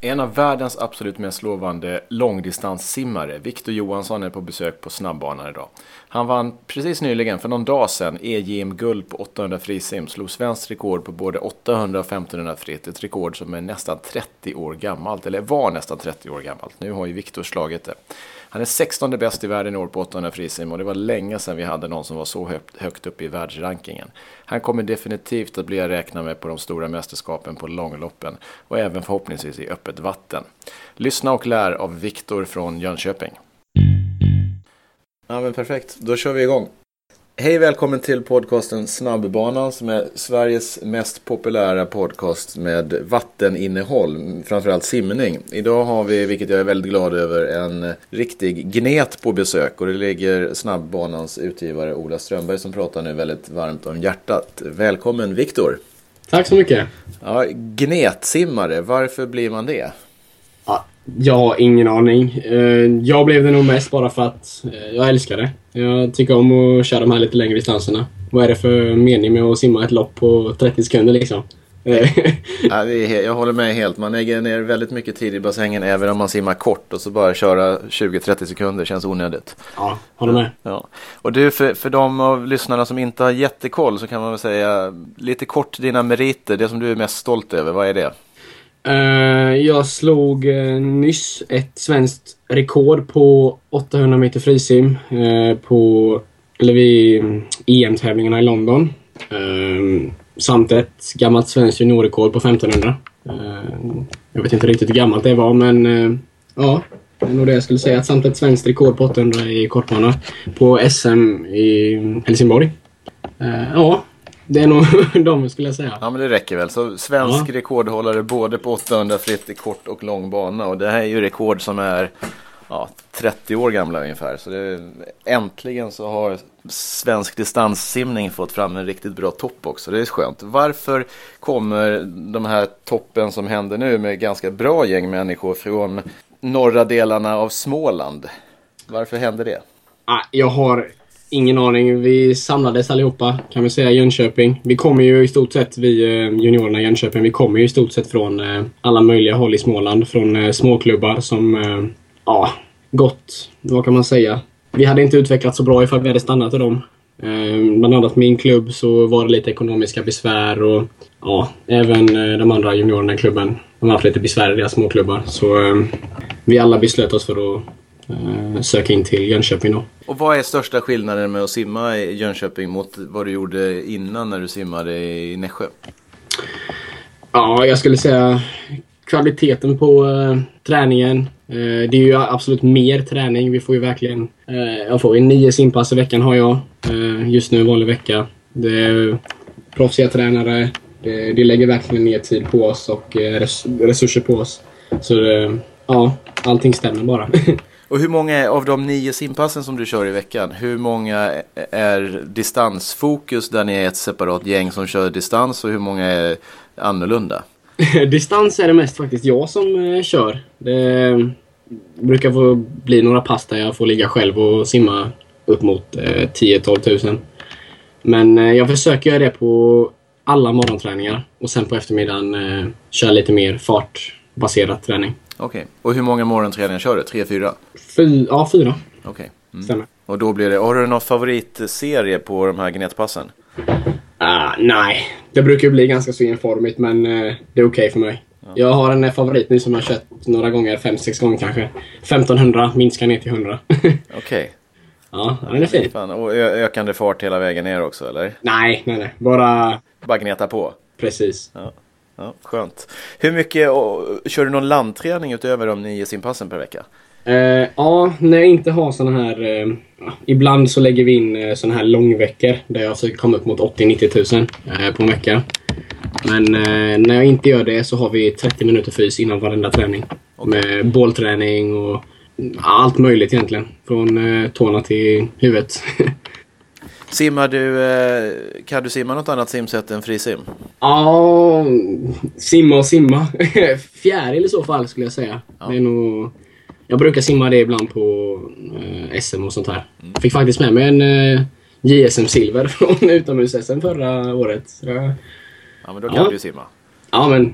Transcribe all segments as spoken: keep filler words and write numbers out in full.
En av världens absolut mest lovande långdistanssimmare, Victor Johansson, är på besök på snabbbanan idag. Han vann precis nyligen, för någon dag sedan, E J M-guld på åttahundra frisim, slog svenskt rekord på både åttahundra och femtonhundra fritt, ett rekord som är nästan trettio år gammalt, eller var nästan trettio år gammalt. Nu har ju Victor slagit det. Han är sextonde bäst i världen i år på åttahundra frisim, och det var länge sedan vi hade någon som var så högt, högt upp i världsrankingen. Han kommer definitivt att bli att räkna med på de stora mästerskapen på långloppen och även förhoppningsvis i öppet vatten. Lyssna och lär av Victor från Jönköping. Ja, men perfekt, då kör vi igång. Hej, välkommen till podcasten Snabbbanan, som är Sveriges mest populära podcast med vatteninnehåll, framförallt simning. Idag har vi, vilket jag är väldigt glad över, en riktig gnet på besök, och det ligger Snabbbanans utgivare Ola Strömberg som pratar nu väldigt varmt om hjärtat. Välkommen Victor. Tack så mycket. Ja, gnetsimmare, varför blir man det? Ja, jag har ingen aning. Jag blev det nog mest bara för att jag älskar det. Jag tycker om att köra de här lite längre distanserna. Vad är det för mening med att simma ett lopp på trettio sekunder liksom? Ja, det är, jag håller med helt. Man lägger ner väldigt mycket tid i bassängen även om man simmar kort, och så bara köra tjugo till trettio sekunder känns onödigt. Ja, håller med. Ja. Och du, för, för de av lyssnarna som inte har jättekoll, så kan man väl säga lite kort dina meriter, det som du är mest stolt över, vad är det? Uh, jag slog uh, nyss ett svenskt rekord på åttahundra meter frisim uh, på, eller vid E M-tävlingarna i London. Uh, samt ett gammalt svenskt juniorrekord på femtonhundra. Uh, jag vet inte riktigt hur gammalt det var, men uh, ja, det är nog det jag skulle säga. Samt ett svenskt rekord på åttahundra i kortbana på S M i Helsingborg. Uh, ja. Det är nog de, skulle jag säga. Ja, men det räcker väl. Så svensk ja. rekordhållare både på åttahundra fritt i kort och lång bana. Och det här är ju rekord som är ja, trettio år gamla ungefär. Så det, äntligen så har svensk distanssimning fått fram en riktigt bra topp också. Det är skönt. Varför kommer de här toppen som händer nu med ganska bra gäng människor från norra delarna av Småland? Varför händer det? Jag har... ingen aning. Vi samlades allihopa, kan vi säga, i Jönköping. Vi kommer ju i stort sett, vi juniorerna i Jönköping, vi kommer ju i stort sett från alla möjliga håll i Småland. Från småklubbar som, ja, gått, vad kan man säga. Vi hade inte utvecklat så bra ifall vi hade stannat i dem. Bland annat min klubb så var det lite ekonomiska besvär, och ja, även de andra juniorerna i klubben, de har haft lite besvär i deras småklubbar. Så vi alla beslöt oss för att söka in till Jönköping då. Och vad är största skillnaden med att simma i Jönköping mot vad du gjorde innan när du simmade i Nässjö? Ja, jag skulle säga kvaliteten på uh, träningen. Uh, det är ju absolut mer träning. Vi får ju verkligen, uh, jag får ju nio simpass i veckan har jag. Uh, just nu en vanlig vecka. Det är proffsiga tränare. Det, det lägger verkligen ner tid på oss och uh, res- resurser på oss. Så uh, ja, allting stämmer bara. Och hur många av de nio simpassen som du kör i veckan, hur många är distansfokus där ni är ett separat gäng som kör distans, och hur många är annorlunda? Distans är det mest faktiskt jag som eh, kör. Det brukar få bli några pass där jag får ligga själv och simma upp mot eh, tio till tolv tusen. Men eh, jag försöker göra det på alla morgonträningar, och sen på eftermiddagen eh, köra lite mer fartbaserad träning. Okej. Okay. Och hur många morgonträningar kör du? Tre, fyra? Fy, ja, fyra. Okej. Okay. Mm. Stämmer. Och då blir det... Har du någon favoritserie på de här gnetpassen? Uh, nej, det brukar bli ganska så enformigt, men uh, det är okej okay för mig. Ja. Jag har en favorit nu som jag har kört några gånger, fem, sex gånger kanske. femtonhundra, minskar ner till hundra. Okej. Okay. Ja, den är fin. Fan. Och ö- ökande fart hela vägen ner också, eller? Nej, nej, nej. Bara... Bara gneta på? Precis. Ja. Ja, skönt. Hur mycket och, kör du någon landträning utöver de nio simpassen per vecka? Uh, ja, när jag inte har såna här... Uh, ibland så lägger vi in uh, såna här långveckor där jag försöker komma upp mot åttio till nittio tusen uh, på en vecka. Men uh, när jag inte gör det så har vi trettio minuter fys innan varenda träning. Okay. Med bollträning och allt möjligt egentligen. Från uh, tårna till huvudet. Simmar du, kan du simma något annat simsätt än frisim? Ja, simma och simma. Fjäril i så fall skulle jag säga. Ja. Det är nog, jag brukar simma det ibland på eh, S M och sånt här. Mm. Fick faktiskt med mig en eh, J S M-silver från utomhus-S M förra året. Så, ja, men då kan ja. du simma. Ja, men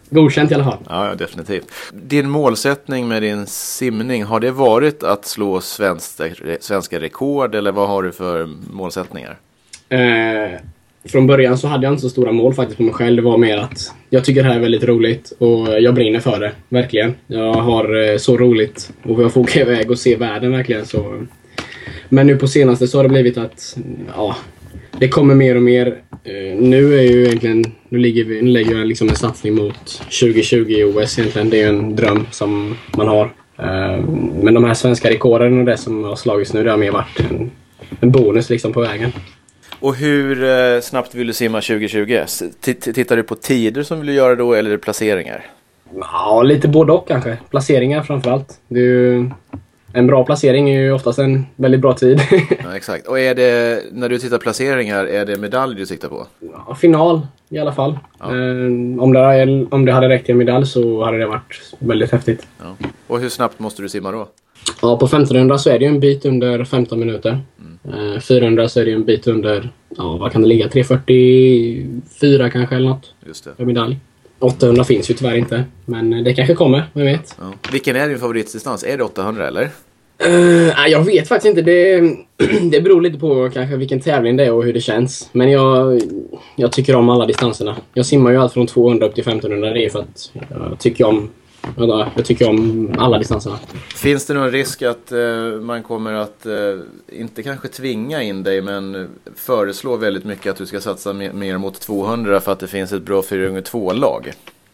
godkänt i alla fall. Ja, ja, definitivt. Din målsättning med din simning, har det varit att slå svenska, svenska rekord eller vad har du för målsättningar? Eh, från början så hade jag inte så stora mål faktiskt på mig själv. Det var mer att jag tycker det här är väldigt roligt och jag brinner för det, verkligen. Jag har eh, så roligt och jag får åka iväg och se världen verkligen. Så. Men nu på senaste så har det blivit att ja, det kommer mer och mer. Eh, nu är ju egentligen, nu ligger vi, nu lägger jag liksom en satsning mot tjugo tjugo i O S egentligen. Det är ju en dröm som man har. Eh, men de här svenska rekorden och det som har slagits nu, det har mer varit en, en bonus liksom på vägen. Och hur eh, snabbt vill du simma tjugo tjugo? T- tittar du på tider som vill du göra då eller placeringar? Ja, lite både och kanske. Placeringar framförallt. Det är ju, en bra placering är ju oftast en väldigt bra tid. Ja, exakt. Och är det, när du tittar placeringar, är det medalj du siktar på? Ja, final i alla fall. Ja. Eh, om, det, om det hade räckt till en medalj så hade det varit väldigt häftigt. Ja. Och hur snabbt måste du simma då? Ja, på femtonhundra så är det ju en bit under femton minuter. Mm. Eh, fyrahundra så är det ju en bit under, ja vad kan det ligga, tre fyrtiofyra kanske eller något. Just det. För medalj. åttahundra finns ju tyvärr inte, men det kanske kommer, vem vet. Ja. Vilken är din favoritdistans? Är det åttahundra eller? Uh, jag vet faktiskt inte. Det, det beror lite på kanske vilken tävling det är och hur det känns. Men jag, jag tycker om alla distanserna. Jag simmar ju allt från tvåhundra upp till femtonhundra. Det är för att jag tycker om, jag tycker om alla distanserna. Finns det någon risk att uh, man kommer att uh, inte kanske tvinga in dig, men föreslå väldigt mycket att du ska satsa mer, mer mot tvåhundra för att det finns ett bra fyra gånger två-lag?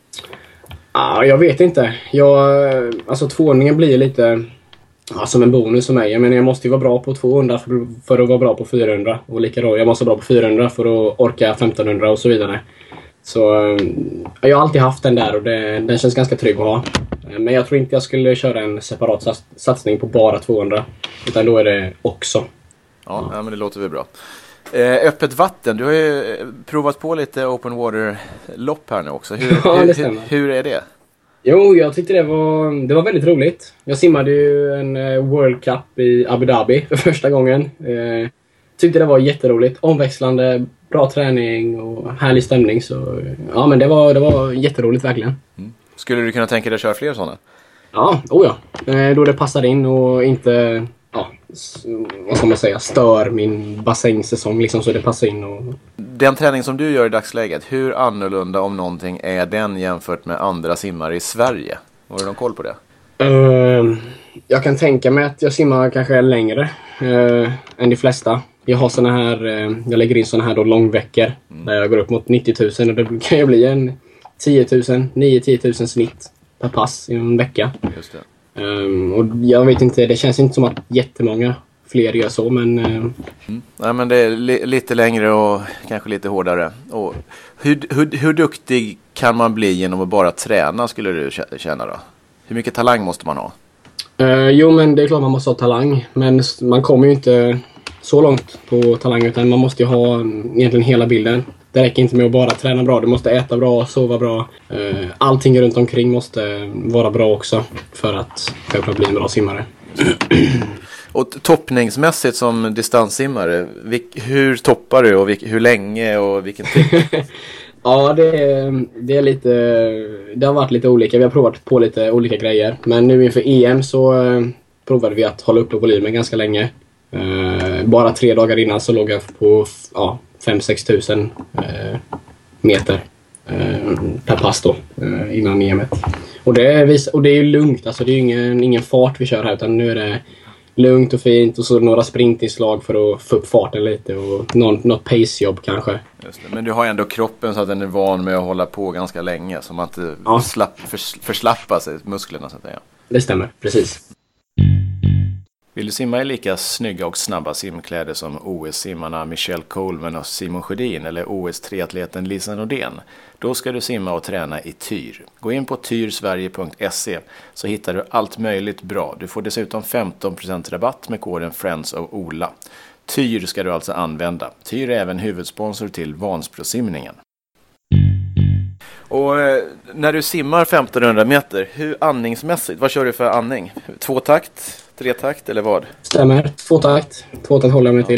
Ja, jag vet inte. Jag, alltså tvåhundringen blir lite... Ja, som en bonus för mig. Jag menar, jag måste ju vara bra på tvåhundra för, för att vara bra på fyrahundra. Och likadant, jag måste vara bra på fyrahundra för att orka femtonhundra och så vidare. Så jag har alltid haft den där och det, den känns ganska trygg att ha. Men jag tror inte jag skulle köra en separat sats, satsning på bara tvåhundra. Utan då är det också. Ja, ja men det låter väl bra. Eh, öppet vatten, du har ju provat på lite open water-lopp här nu också. Hur, ja, hur, det stämmer. hur, hur är det? Jo, jag tyckte det var, det var väldigt roligt. Jag simmade ju en World Cup i Abu Dhabi för första gången. Eh, tyckte det var jätteroligt. Omväxlande, bra träning och härlig stämning. Så ja, men det var, det var jätteroligt verkligen. Mm. Skulle du kunna tänka dig att köra fler sådana? Ja, oh ja. Eh, då det passar in och inte, ja, vad ska man säga, stör min bassängsäsong liksom, så det passar in. Och... Den träning som du gör i dagsläget, hur annorlunda om någonting är den jämfört med andra simmare i Sverige? Har du någon koll på det? Uh, jag kan tänka mig att jag simmar kanske längre uh, än de flesta. Jag har såna här, uh, jag lägger in såna här då långveckor mm. där jag går upp mot nittio tusen och det kan ju bli en tio tusen, nio till tio tusen snitt per pass i en vecka. Just det. Um, och jag vet inte, det känns inte som att jättemånga fler gör så, men... Uh... Mm. Nej, men det är li- lite längre och kanske lite hårdare. Och hur, hur, hur duktig kan man bli genom att bara träna, skulle du känna då? Hur mycket talang måste man ha? Uh, jo, men det är klart man måste ha talang. Men man kommer ju inte så långt på talang, utan man måste ju ha egentligen hela bilden. Det räcker inte med att bara träna bra. Du måste äta bra, sova bra. Uh, allting runt omkring måste vara bra också för att självklart bli en bra simmare. Och toppningsmässigt som distanssimmare, vilk, hur toppar du och vilk, hur länge och vilken tid? Ja, det är, det är lite, det har varit lite olika. Vi har provat på lite olika grejer. Men nu inför E M så eh, provade vi att hålla upp på volymen ganska länge. Eh, bara tre dagar innan så låg jag på ja, fem till sex tusen eh, meter eh, per pass då, eh, innan E M. Och det är, och det är ju lugnt, alltså det är ju ingen, ingen fart vi kör här, utan nu är det lugnt och fint och så några sprintinslag för att få upp farten lite och någon, något pacejobb kanske. Just det. Men du har ändå kroppen så att den är van med att hålla på ganska länge, så man inte ja. slapp, förs, förslappar sig, musklerna så att säga. Det stämmer, precis. Vill du simma i lika snygga och snabba simkläder som O S-simmarna Michelle Coleman och Simon Sjödin eller O S-triatleten Lisa Nordén? Då ska du simma och träna i Tyr. Gå in på tyrsverige punkt se så hittar du allt möjligt bra. Du får dessutom femton procent rabatt med koden Friends of Ola. Tyr ska du alltså använda. Tyr är även huvudsponsor till Vansbrosimningen. Och eh, när du simmar femtonhundra meter, hur andningsmässigt, vad kör du för andning? Två takt, tre takt eller vad? Stämmer, två takt. Två takt håller jag mig till.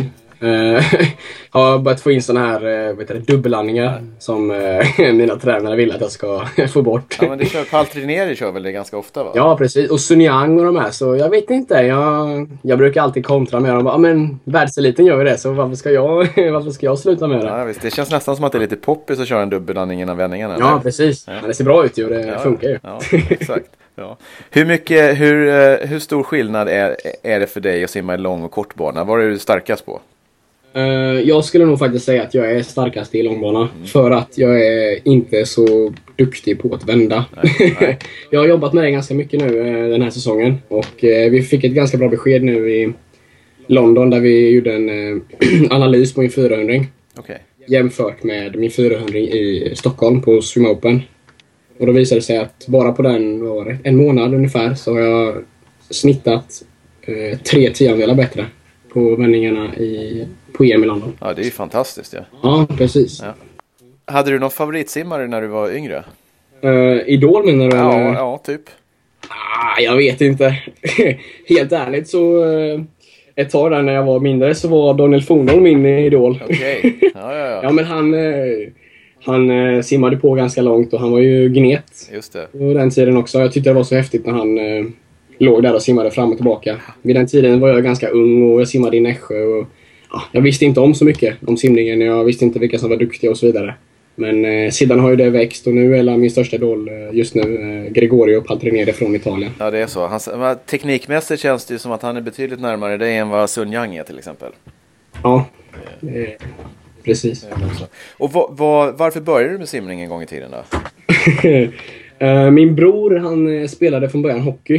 jag har börjat få in såna här vet du, dubbellandningar som uh, mina tränare vill att jag ska få bort. Ja, men det kör Paltrinieri kör väl det ganska ofta, va? Ja, precis. Och Sun Yang och de här. Så jag vet inte. Jag, jag brukar alltid kontra med dem. Ja, men världseliten gör ju det. Så varför ska jag, varför ska jag sluta med det? Ja, visst. Det känns nästan som att det är lite poppis att köra en dubbellandning innan vändningarna. Ja, precis. Ja. Men det ser bra ut ju. Det ja, funkar ju. Ja, exakt. Ja. Hur, mycket, hur, hur stor skillnad är, är det för dig att simma i lång- och kortbana? Vad är du starkast på? Uh, jag skulle nog faktiskt säga att jag är starkast i långbana. Mm. För att jag är inte så duktig på att vända. Nej, nej. Jag har jobbat med det ganska mycket nu uh, den här säsongen. Och uh, vi fick ett ganska bra besked nu i London där vi gjorde en uh, analys på min fyrahundring. Okay. Jämfört med min fyrahundring i Stockholm på Swim Open. Och då visade det sig att bara på den vad var det, en månad ungefär så har jag snittat uh, tre tiondelar bättre på vändningarna i, på E M i London. Ja, det är ju fantastiskt. Ja, ja precis. Ja. Hade du någon favoritsimmare när du var yngre? Uh, Idol menar du? Ja, eller? Ja, typ. Ah, jag vet inte. Helt ärligt så uh, ett tag där när jag var mindre så var Daniel Fornholm min idol. Okej. Okay. Ja, ja, ja. Ja, men han, uh, han uh, simmade på ganska långt och han var ju gnet. Just det. På den tiden också. Jag tyckte det var så häftigt när han uh, låg där och simmade fram och tillbaka. Vid den tiden var jag ganska ung och jag simmade i Nässjö och ja, jag visste inte om så mycket om simningen. Jag visste inte vilka som var duktiga och så vidare. Men eh, sedan har ju det växt och nu är min största idol eh, just nu eh, Gregorio Paltrinieri från Italien. Ja, det är så. Hans, teknikmässigt känns det ju som att han är betydligt närmare dig än vad Sun Yang är till exempel. Ja, eh, precis. Och va, va, varför började du med simning en gång i tiden då? eh, min bror han spelade från början hockey.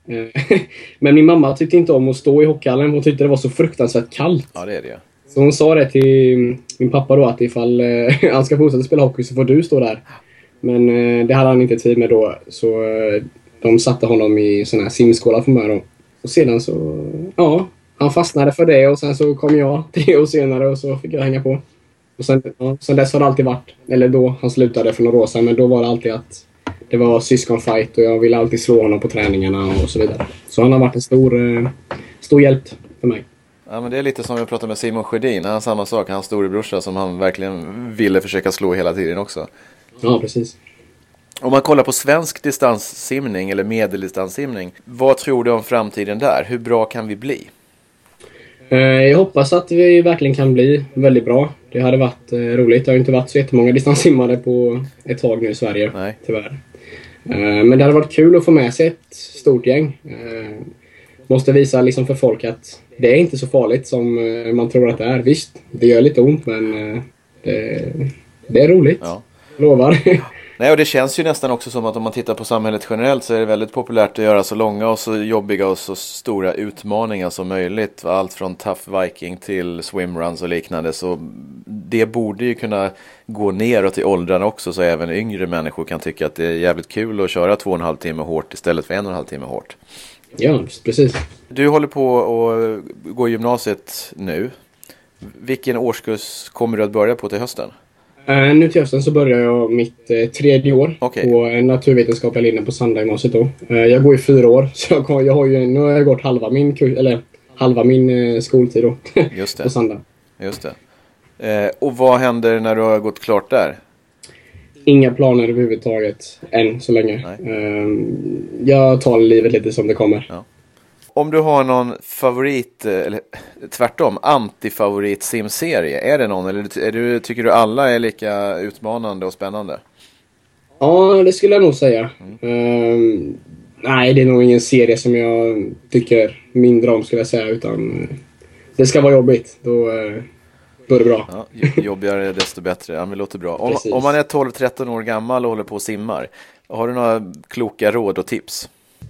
Men min mamma tyckte inte om att stå i hockeyhallen. Hon tyckte det var så fruktansvärt kallt. Ja, det är det. Så hon sa det till min pappa då att ifall eh, han ska fortsätta spela hockey så får du stå där. Men eh, det hade han inte tid med då. Så eh, de satte honom i sån här simskola för mig då. Och sedan så, ja, han fastnade för det och sen så kom jag tre år senare och så fick jag hänga på. Och sen, ja, sen dess har det alltid varit, eller då han slutade för några år sedan, men då var det alltid att det var syskonfight och jag ville alltid slå honom på träningarna och så vidare. Så han har varit en stor, eh, stor hjälp för mig. Ja, men det är lite som jag pratade med Simon Sjödin. Han har samma sak, hans storebrorsa som han verkligen ville försöka slå hela tiden också. Ja, precis. Om man kollar på svensk distanssimning eller medeldistanssimning, vad tror du om framtiden där? Hur bra kan vi bli? Jag hoppas att vi verkligen kan bli väldigt bra. Det hade varit roligt. Det har inte varit så jättemånga distanssimmare på ett tag nu i Sverige. Nej. Tyvärr. Men det hade varit kul att få med sig ett stort gäng. Måste visa liksom för folk att det är inte så farligt som man tror att det är. Visst, det gör lite ont, men det, det är roligt. Ja. Lovar. Nej, och det känns ju nästan också som att om man tittar på samhället generellt så är det väldigt populärt att göra så långa och så jobbiga och så stora utmaningar som möjligt. Allt från Tough Viking till swimruns och liknande. Så det borde ju kunna gå neråt i åldrarna också, så även yngre människor kan tycka att det är jävligt kul att köra två och en halv timme hårt istället för en och en halv timme hårt. Ja, precis. Du håller på att gå gymnasiet nu. Vilken årskurs kommer du att börja på till hösten? Uh, nu till hösten så börjar jag mitt uh, tredje år okay. på en naturvetenskapliga linjen på Sandagymnasiet då. Uh, jag går i fyra år, så jag, jag har ju, nu har jag gått halva min, kurs, eller, halva min uh, skoltid då. Just det. På Sandar. Just det. Uh, och vad händer när du har gått klart där? Inga planer överhuvudtaget än så länge. Uh, jag tar livet lite som det kommer. Ja. Om du har någon favorit, eller tvärtom, antifavorit simserie, är det någon? Eller är du, tycker du alla är lika utmanande och spännande? Ja, det skulle jag nog säga. Mm. Um, nej, det är nog ingen serie som jag tycker mindre om, skulle jag säga. Utan det ska vara jobbigt, då, då är det bra. Ja, jobbigare desto bättre, ja, men det låter bra. Om, om man är tolv tretton år gammal och håller på och simmar, har du några kloka råd och tips?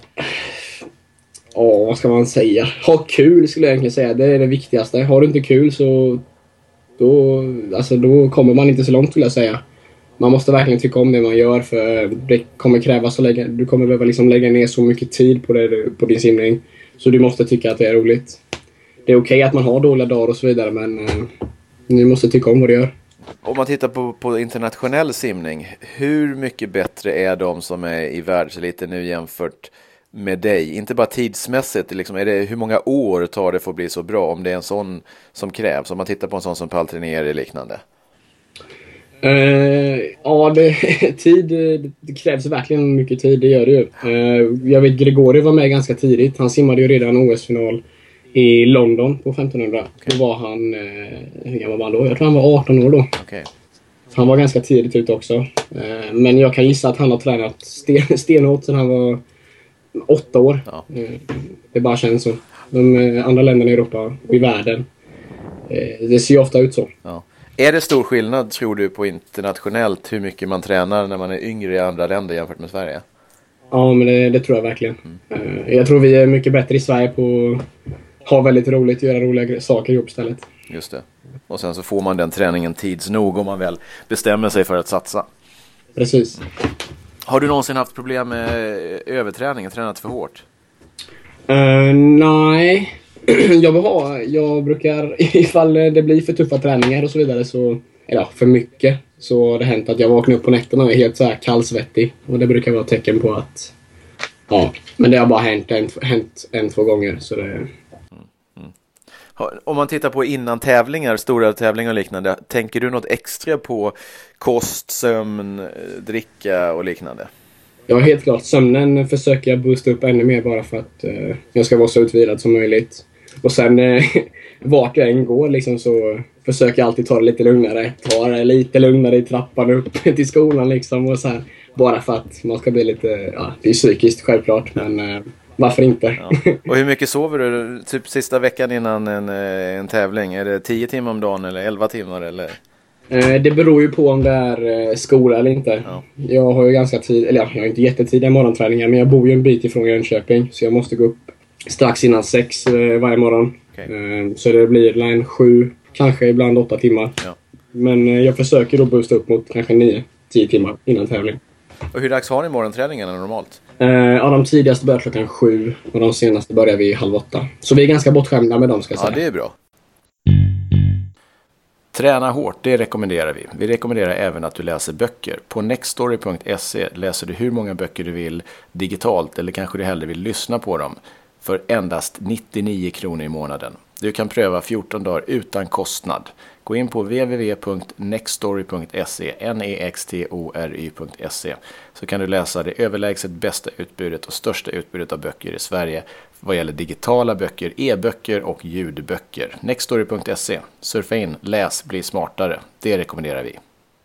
Ja, vad ska man säga? Ha kul skulle jag egentligen säga. Det är det viktigaste. Har du inte kul så då, alltså, då kommer man inte så långt, vill jag säga. Man måste verkligen tycka om det man gör, för det kommer krävas så lägga, du kommer behöva liksom lägga ner så mycket tid på, det, på din simning. Så du måste tycka att det är roligt. Det är okej okay att man har dåliga dagar och så vidare, men eh, du måste tycka om vad du gör. Om man tittar på, på internationell simning, hur mycket bättre är de som är i världseliten nu jämfört med dig? Inte bara tidsmässigt, liksom, är det, hur många år tar det för att bli så bra om det är en sån som krävs? Om man tittar på en sån som Paltrinieri eller liknande. Uh, ja, det, tid, det krävs verkligen mycket tid, det gör det ju. Uh, jag vet Grigori var med ganska tidigt. Han simmade ju redan O S-final i London på femtonhundra. Okay. Då var han, uh, hur gammal var han då? Jag tror han var arton år då. Okay. Han var ganska tidigt ut också. Uh, men jag kan gissa att han har tränat sten, stenhårt sedan han var åtta år. Ja. Uh, det bara känns så. De uh, andra länderna i Europa och i världen, uh, det ser ju ofta ut så. Ja. Är det stor skillnad, tror du, på internationellt hur mycket man tränar när man är yngre i andra länder jämfört med Sverige? Ja, men det, det tror jag verkligen. Mm. Jag tror vi är mycket bättre i Sverige på att ha väldigt roligt och göra roliga saker i uppstället. Just det. Och sen så får man den träningen tids nog om man väl bestämmer sig för att satsa. Precis. Mm. Har du någonsin haft problem med överträning, tränat för hårt? Uh, nej. Jag, ha, jag brukar, ifall det blir för tuffa träningar och så vidare, så, eller ja, för mycket, så har det hänt att jag vaknar upp på nätterna och är helt så här kallsvettig. Och det brukar vara tecken på att, ja, men det har bara hänt en, hänt en två gånger. Så det... Mm, mm. Om man tittar på innan tävlingar, stora tävlingar och liknande, tänker du något extra på kost, sömn, dricka och liknande? Ja, helt klart. Sömnen försöker jag boosta upp ännu mer bara för att eh, jag ska vara så utvilad som möjligt. Och sen eh, vart jag än går liksom, så försöker jag alltid ta det lite lugnare. Ta det lite lugnare i trappan upp till skolan liksom, och så här, bara för att man ska bli lite, ja, det är psykiskt självklart, men eh, varför inte? Ja. Och hur mycket sover du typ sista veckan innan en, en tävling? Är det tio timmar om dagen eller elva timmar eller? Eh, det beror ju på om det är eh, skola eller inte. Ja. Jag har ju ganska tid, eller ja, jag har inte jättetidiga morgonträningar, men jag bor ju en bit ifrån Jönköping, så jag måste gå upp strax innan sex eh, varje morgon. Okay. Eh, så det blir line sju, kanske ibland åtta timmar. Ja. Men eh, jag försöker då boosta upp mot kanske nio, tio timmar innan tävling. Och hur dags har ni morgonträningarna normalt? Eh, ja, de tidigaste börjar klockan sju och de senaste börjar vi halv åtta. Så vi är ganska bortskämda med dem, ska jag säga. Ja, det är bra. Träna hårt, det rekommenderar vi. Vi rekommenderar även att du läser böcker. På nextstory punkt se läser du hur många böcker du vill digitalt, eller kanske du hellre vill lyssna på dem, för endast nittionio kronor i månaden. Du kan pröva fjorton dagar utan kostnad. Gå in på w w w punkt nextstory punkt se, n e x t o r y punkt se, så kan du läsa det överlägset bästa utbudet och största utbudet av böcker i Sverige vad gäller digitala böcker, e-böcker och ljudböcker. nextstory punkt se. Surfa in, läs, bli smartare. Det rekommenderar vi.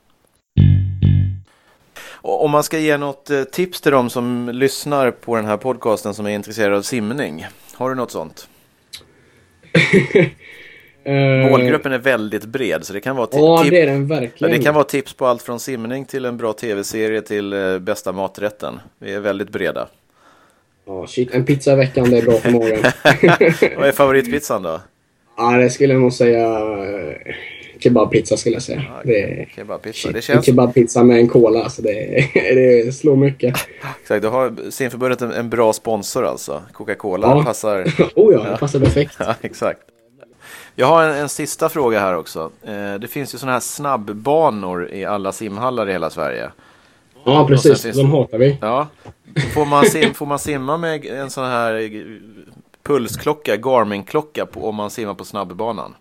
Och om man ska ge något tips till dem som lyssnar på den här podcasten som är intresserade av simning, har du något sånt? Målgruppen är väldigt bred, så det kan vara t- ja, det är den verkligen. Ja, det kan vara tips på allt från simning till en bra tv-serie till uh, bästa maträtten. Vi är väldigt breda. Ja, shit, en pizza i veckan, det är bra för morgon. Vad är favoritpizzan då? Ja, det skulle jag nog säga uh, kebabpizza skulle jag säga. Ja, det är, kebabpizza. Shit, det känns... kebabpizza med en cola, alltså det, det slår mycket. Exakt, du har simförbundet en, en bra sponsor alltså. Coca-Cola ja. passar. oh ja, det passar perfekt. Ja, exakt. Jag har en, en sista fråga här också. Eh, det finns ju såna här snabbbanor i alla simhallar i hela Sverige. Ja, precis. Finns... De hatar vi. Ja. Får man, sim, får man simma med en sån här pulsklocka, Garmin-klocka på, om man simmar på snabbbanan?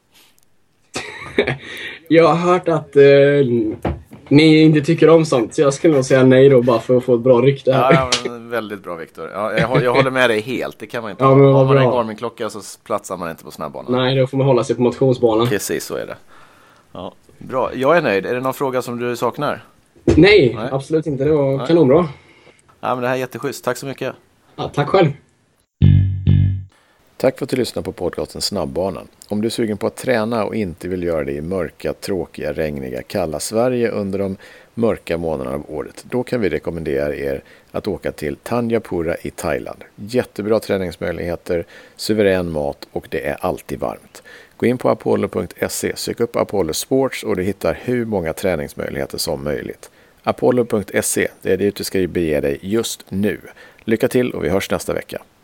Jag har hört att eh, ni inte tycker om sånt, så jag skulle nog säga nej då, bara för att få ett bra rykte här. Ja, ja, väldigt bra, Viktor. Ja, jag, jag håller med dig helt, det kan man inte. Ja, har man en Garmin-klocka så platsar man inte på snabbbanan. Nej, då får man hålla sig på motionsbanan. Precis, så är det. Ja, bra, jag är nöjd. Är det någon fråga som du saknar? Nej, nej. Absolut inte. Det var nej. kanonbra. Ja, men det här är jätteschysst. Tack så mycket. Ja, tack själv. Tack för att du lyssnar på podcasten Snabbbanan. Om du är sugen på att träna och inte vill göra det i mörka, tråkiga, regniga, kalla Sverige under de mörka månaderna av året, då kan vi rekommendera er att åka till Tanjapura i Thailand. Jättebra träningsmöjligheter, suverän mat och det är alltid varmt. Gå in på apollo punkt se, sök upp Apollo Sports och du hittar hur många träningsmöjligheter som möjligt. apollo punkt se, det är dit du ska bege dig just nu. Lycka till och vi hörs nästa vecka.